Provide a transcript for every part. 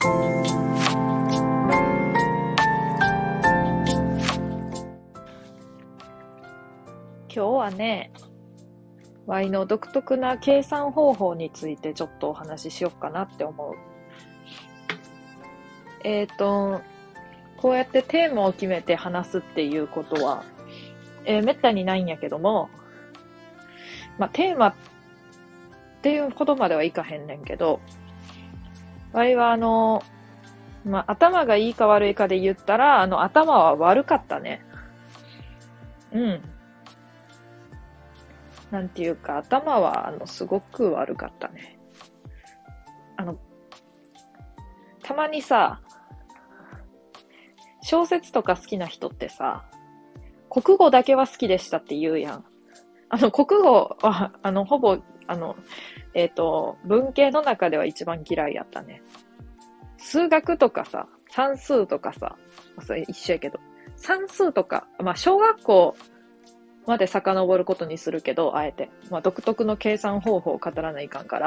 今日はね、Y の独特な計算方法についてちょっとお話ししようかなって思う。こうやってテーマを決めて話すっていうことは、めったにないんやけども、テーマっていうことまではいかへんねんけど、Y は頭がいいか悪いかで言ったら、頭は悪かったね。うん。なんていうか、頭は、すごく悪かったね。たまにさ、小説とか好きな人ってさ、国語だけは好きでしたって言うやん。国語は、ほぼ、文系の中では一番嫌いやったね。数学とかさ、算数とかさ、それ一緒やけど、算数とか、小学校まで遡ることにするけど、あえて。独特の計算方法を語らないかんから。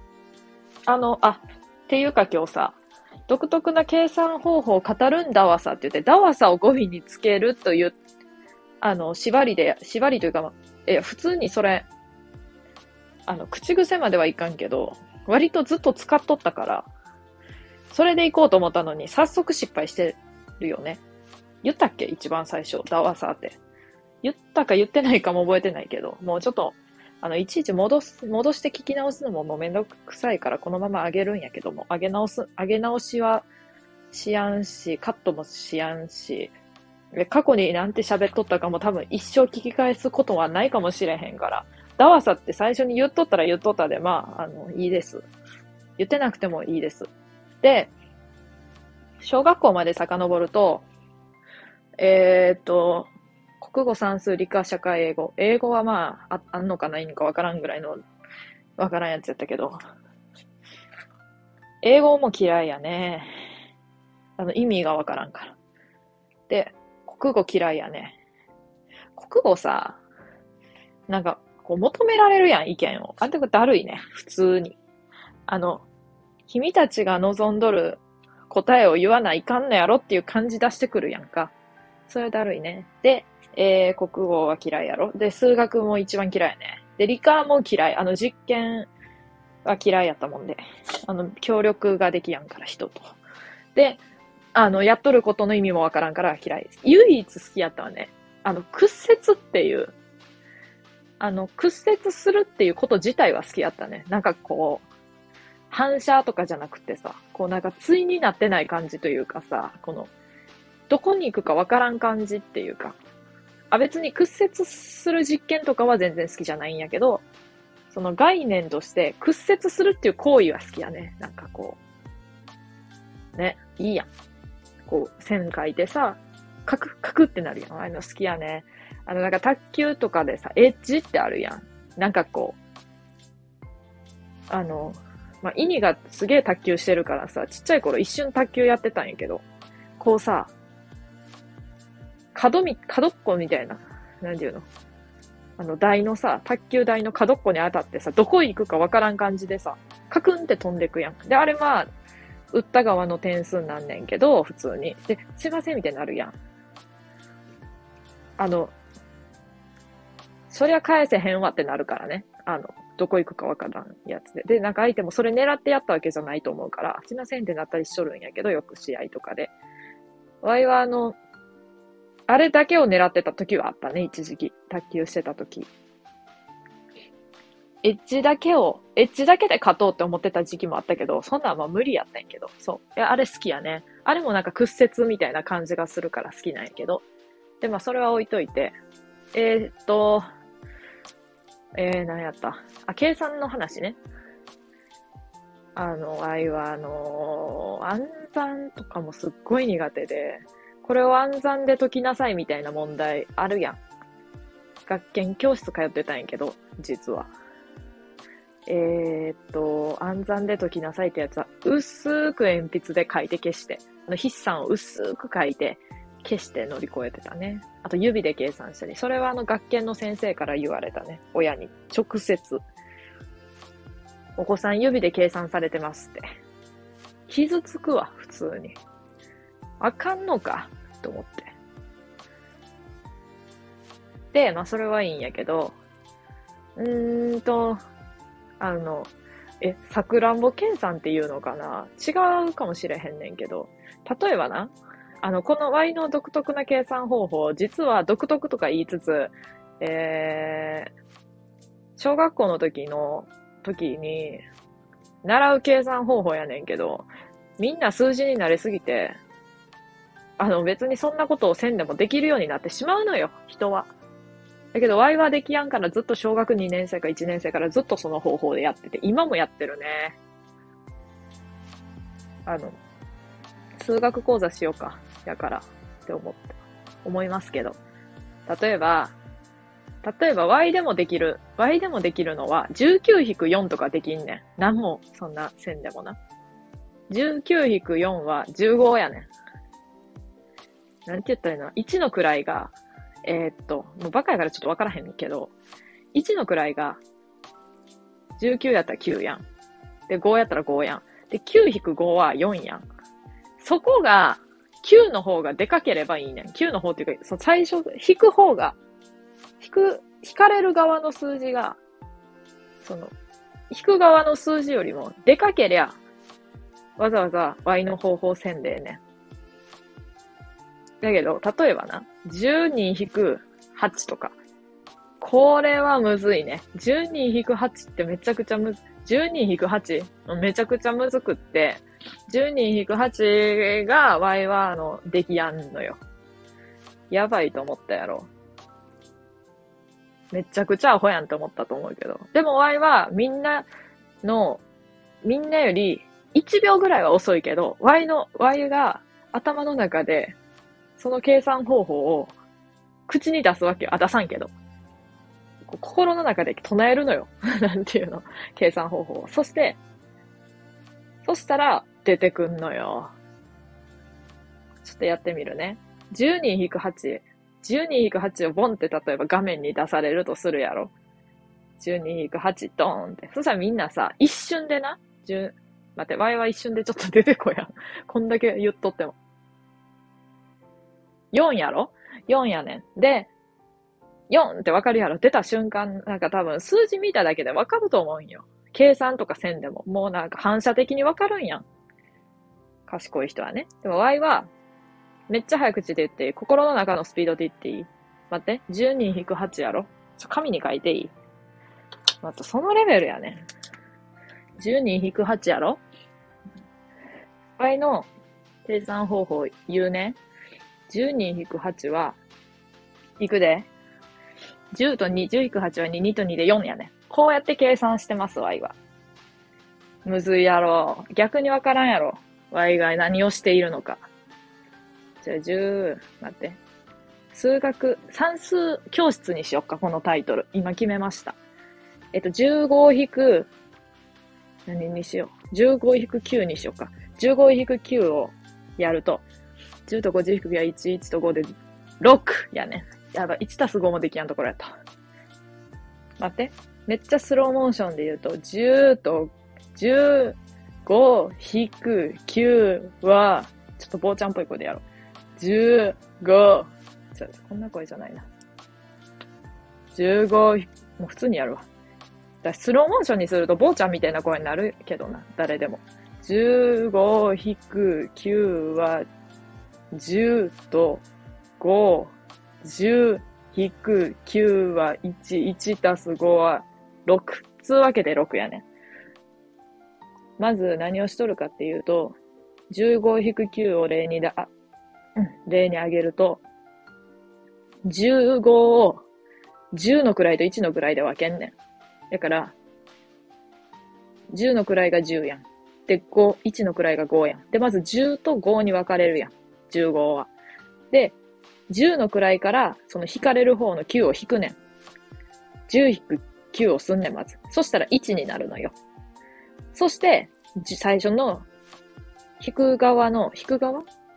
っていうか今日さ、独特な計算方法を語るんだわさって言って、だわさを語尾につけるという、縛りというか、普通にそれ、口癖まではいかんけど、割とずっと使っとったから、それで行こうと思ったのに、早速失敗してるよね。言ったっけ一番最初、だわさって。言ったか言ってないかも覚えてないけど、もうちょっと、いちいち戻して聞き直すのももうめんどくさいからこのまま上げるんやけども、上げ直しはしやんし、カットもしやんし、過去になんて喋っとったかも多分一生聞き返すことはないかもしれへんから、ダワサって最初に言っとったら言っとったで、いいです。言ってなくてもいいです。で、小学校まで遡ると、国語、算数、理科、社会、英語。英語はあんのかないのかわからんぐらいの、わからんやつやったけど。英語も嫌いやね。意味がわからんから。で、国語嫌いやね。国語さ、なんか、求められるやん、意見を。あんただるいね、普通に。君たちが望んどる答えを言わないかんのやろっていう感じ出してくるやんか。それだるいね。で、国語は嫌いやろ。で、数学も一番嫌いやね。で、理科も嫌い。実験は嫌いやったもんで。協力ができやんから、人と。で、やっとることの意味もわからんから嫌いです。唯一好きやったわね。屈折っていう、屈折するっていうこと自体は好きやったね。なんか反射とかじゃなくてさ、なんか対になってない感じというかさ、どこに行くかわからん感じっていうか、別に屈折する実験とかは全然好きじゃないんやけど、その概念として屈折するっていう行為は好きやね。なんかね、いいやん。線書いてさ、カクってなるやん。ああいうの好きやね。なんか卓球とかでさ、エッジってあるやん。なんかイニがすげえ卓球してるからさ、ちっちゃい頃一瞬卓球やってたんやけど、さ、角っこみたいな、なんていうの台のさ、卓球台の角っこに当たってさ、どこ行くかわからん感じでさ、カクンって飛んでくやん。で、あれ打った側の点数なんねんけど、普通に。で、すいませんみたいになるやん。そりゃ返せへんわってなるからね。どこ行くかわからんやつで。で、なんか相手もそれ狙ってやったわけじゃないと思うから、すいませんってなったりしとるんやけど、よく試合とかで。わいはあれだけを狙ってた時はあったね、一時期。卓球してた時。エッジだけで勝とうって思ってた時期もあったけど、そんなん無理やったんやけど。そう。あれ好きやね。あれもなんか屈折みたいな感じがするから好きなんやけど。で、それは置いといて。何やった。計算の話ね。あいは暗算とかもすっごい苦手で、これを暗算で解きなさいみたいな問題あるやん。学研教室通ってたんやけど、実は。暗算で解きなさいってやつは、薄く鉛筆で書いて消して、筆算を薄く書いて、消して乗り越えてたね。あと指で計算したり。それは学研の先生から言われたね。親に。直接。お子さん指で計算されてますって。 傷つくわ、普通に。あかんのか、と思って。で、まあそれはいいんやけど、あの、さくらんぼ計算っていうのかな、違うかもしれへんねんけど、例えばな、この Y の独特な計算方法、実は独特とか言いつつ、小学校の時に、習う計算方法やねんけど、みんな数字に慣れすぎて、別にそんなことをせんでもできるようになってしまうのよ、人は。だけど Y はできやんからずっと小学2年生か1年生からずっとその方法でやってて、今もやってるね。数学講座しようか。やからって思いますけど。例えば Y でもできるのは19-4とかできんねん。なんもそんな線でもな。19-4は15やねん。なんて言ったらいいの ?1 の位が、もうバカやからちょっとわからへんけど、1の位が19やったら9やん。で、5やったら5やん。で、9-5は4やん。そこが、9の方がでかければいいねん。9の方っていうか、最初、引く方が、引かれる側の数字が、引く側の数字よりもでかけりゃ、わざわざ Y の方法せんでね。だけど、例えばな、12-8とか。これはむずいね。12-8ってめちゃくちゃ12-8? めちゃくちゃむずくって、12-8 が Y はできやんのよ。やばいと思ったやろ。めちゃくちゃアホやんって思ったと思うけど。でも Y はみんなより1秒ぐらいは遅いけど、Y が頭の中でその計算方法を口に出すわけよ。出さんけど。心の中で唱えるのよ。なんていうの。計算方法を。そしたら出てくんのよ。ちょっとやってみるね。12-8。12-8をボンって例えば画面に出されるとするやろ。12-8ドーンって。そしたらみんなさ、一瞬でな、待って、Y は一瞬でちょっと出てこやん。こんだけ言っとっても。4やろ ?4 やねん。で、4ってわかるやろ出た瞬間、なんか多分数字見ただけでわかると思うんよ。計算とかせんでも。もうなんか反射的にわかるんやん。賢い人はね。でも Y は、めっちゃ早口で言っていい。心の中のスピードで言っていい。待って。12-8やろ紙に書いていい。待って、そのレベルやね。12-8やろ ?Y の計算方法言うね。12-8は、いくで。10と2、10-8は2、2と2で4やね。こうやって計算してます、Y は。むずいやろ。逆にわからんやろ。Y が何をしているのか。じゃあ待って。算数教室にしよっか、このタイトル。今決めました。15-、何にしよう。15-9にしよっか。15-9をやると、10と5、10-9は1、1と5で6やね。やばい、1たす5もできやんところやった。待って。めっちゃスローモーションで言うと、10と15-9は、ちょっと坊ちゃんっぽい声でやろう。15、こんな声じゃないな。15、もう普通にやるわ。スローモーションにすると坊ちゃんみたいな声になるけどな、誰でも。15-9は、10と5、10-9は1、1たす5は6。つうわけで6やね。まず何をしとるかっていうと、15-9を例に挙げると、15を10の位と1の位で分けんねん。だから、10の位が10やん。で、1の位が5やん。で、まず10と5に分かれるやん。15は。で、10の位から、その引かれる方の9を引くねん。10-9をすんねん、まず。そしたら1になるのよ。そして、最初の、引く側の1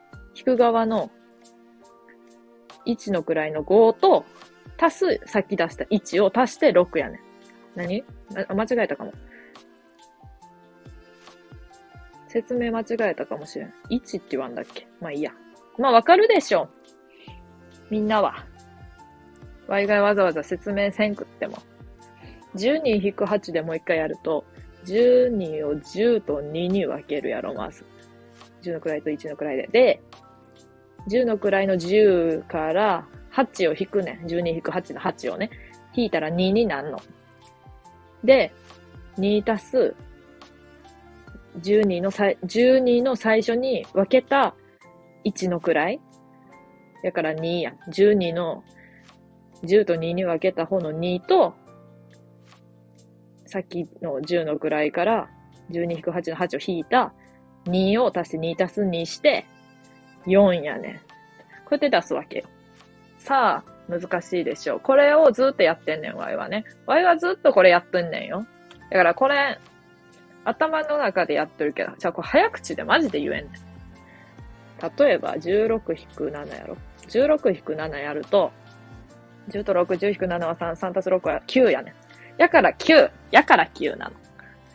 の位の5と、足す、さっき出した1を足して6やねん。間違えたかも。 説明間違えたかもしれん。1って言わんだっけ？まあいいや。まあわかるでしょ。みんなは。わいがわざわざ説明せんくっても。12-8でもう一回やると、12を10と2に分けるやろ、まず。10の位と1の位で。で、10の位の10から8を引くねん。12-8の8をね。引いたら2になんの。で、2足す12の最初に分けた1の位。だから2や。12の10と2に分けた方の2と、さっきの10の位から12-8の8を引いた2を足して2足す2して4やねん。こうやって出すわけよ。さあ、難しいでしょう。これをずっとやってんねん、ワイはね。ワイはずっとこれやってんねんよ。だからこれ、頭の中でやってるけど、じゃあこれ早口でマジで言えんねん。例えば、16-7やろ。16-7やると、10と6、10-7は3、3足す6は9やねん。やから9なの。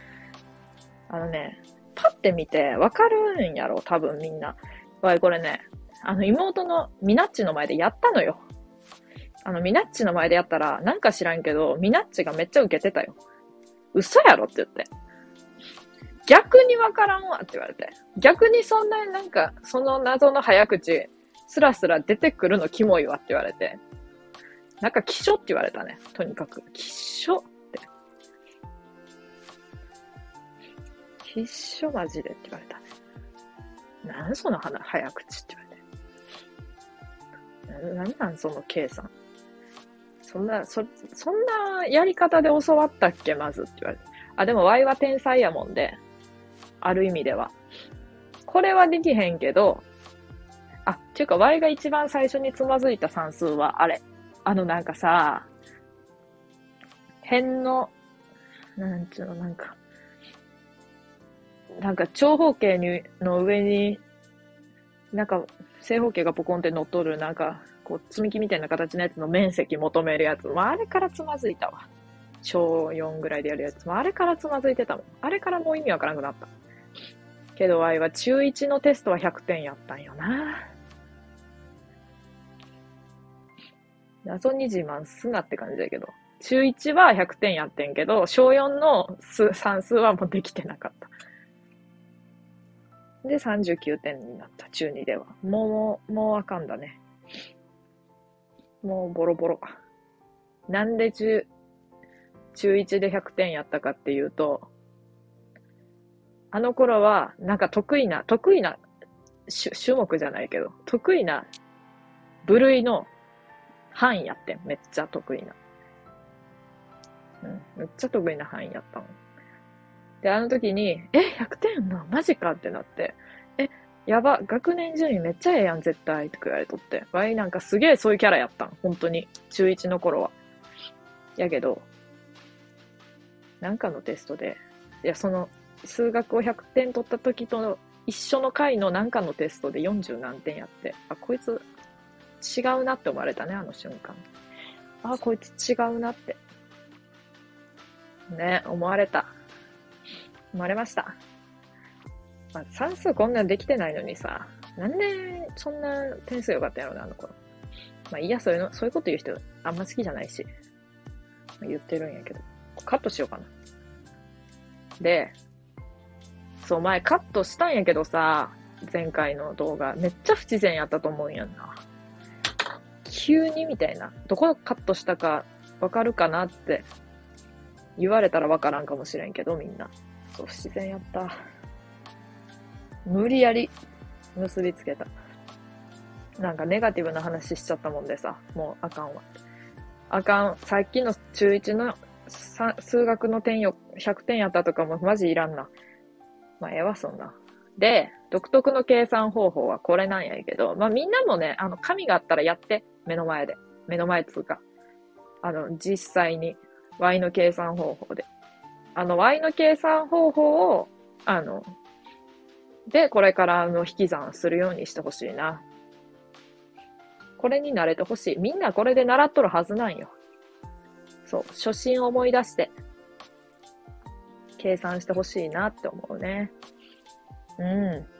パッて見てわかるんやろ、多分みんな。わい、これね、妹のミナッチの前でやったのよ。ミナッチの前でやったら、なんか知らんけど、ミナッチがめっちゃ受けてたよ。嘘やろって言って。逆にわからんわって言われて。逆にそんなになんか、その謎の早口、スラスラ出てくるのキモいわって言われて。なんか、希少って言われたね。とにかく。希少って。希少マジでって言われたね。なんその早口って言われて。なんなんその計算。そんなやり方で教わったっけまずって言われて。あ、でも Y は天才やもんで。ある意味では。これはできへんけど、っていうか Y が一番最初につまずいた算数はあれ。なんかさ、辺の、なんちゅうの、なんか長方形の上に、なんか正方形がポコンって乗っとる、なんか、こう、積み木みたいな形のやつの面積求めるやつ。もうあれからつまずいたわ。小4ぐらいでやるやつ。もうあれからつまずいてたもん。あれからもう意味わからなくなった。けど、あいは中1のテストは100点やったんよな。謎に自慢すなって感じだけど。中1は100点やってんけど、小4の算数はもうできてなかった。で、39点になった、中2では。もうあかんだね。もうボロボロ。なんで中1で100点やったかっていうと、あの頃は、なんか得意な種目じゃないけど、得意な部類の範囲やってん。めっちゃ得意な。めっちゃ得意な範囲やったもん。で、あの時に、100点な、マジかってなって、やば、学年順位めっちゃええやん、絶対、って言われとって。わいなんかすげえそういうキャラやったん、本当に。中1の頃は。やけど、なんかのテストで、いや、その、数学を100点取った時と一緒の回のなんかのテストで40何点やって、こいつ違うなって思われたね、あの瞬間。こいつ違うなって。ね、思われました。算数こんなんできてないのにさ、なんでそんな点数良かったんやろな、あの頃。いいや、そういうこと言う人あんま好きじゃないし。言ってるんやけど。カットしようかな。で、そう、前カットしたんやけどさ、前回の動画、めっちゃ不自然やったと思うんやんな。急にみたいな。どこカットしたかわかるかなって言われたらわからんかもしれんけど、みんな。そう、不自然やった。無理やり結びつけた。なんかネガティブな話しちゃったもんでさ、もうあかんわ。あかん。さっきの中1の数学の点よ、100点やったとかもマジいらんな。ええわ、そんな。で、独特の計算方法はこれなんやけど、みんなもね、紙があったらやって、目の前で。目の前つうか。実際に、y の計算方法で。y の計算方法を、で、これから引き算するようにしてほしいな。これに慣れてほしい。みんなこれで習っとるはずなんよ。そう、初心を思い出して、計算してほしいなって思うね。 うん。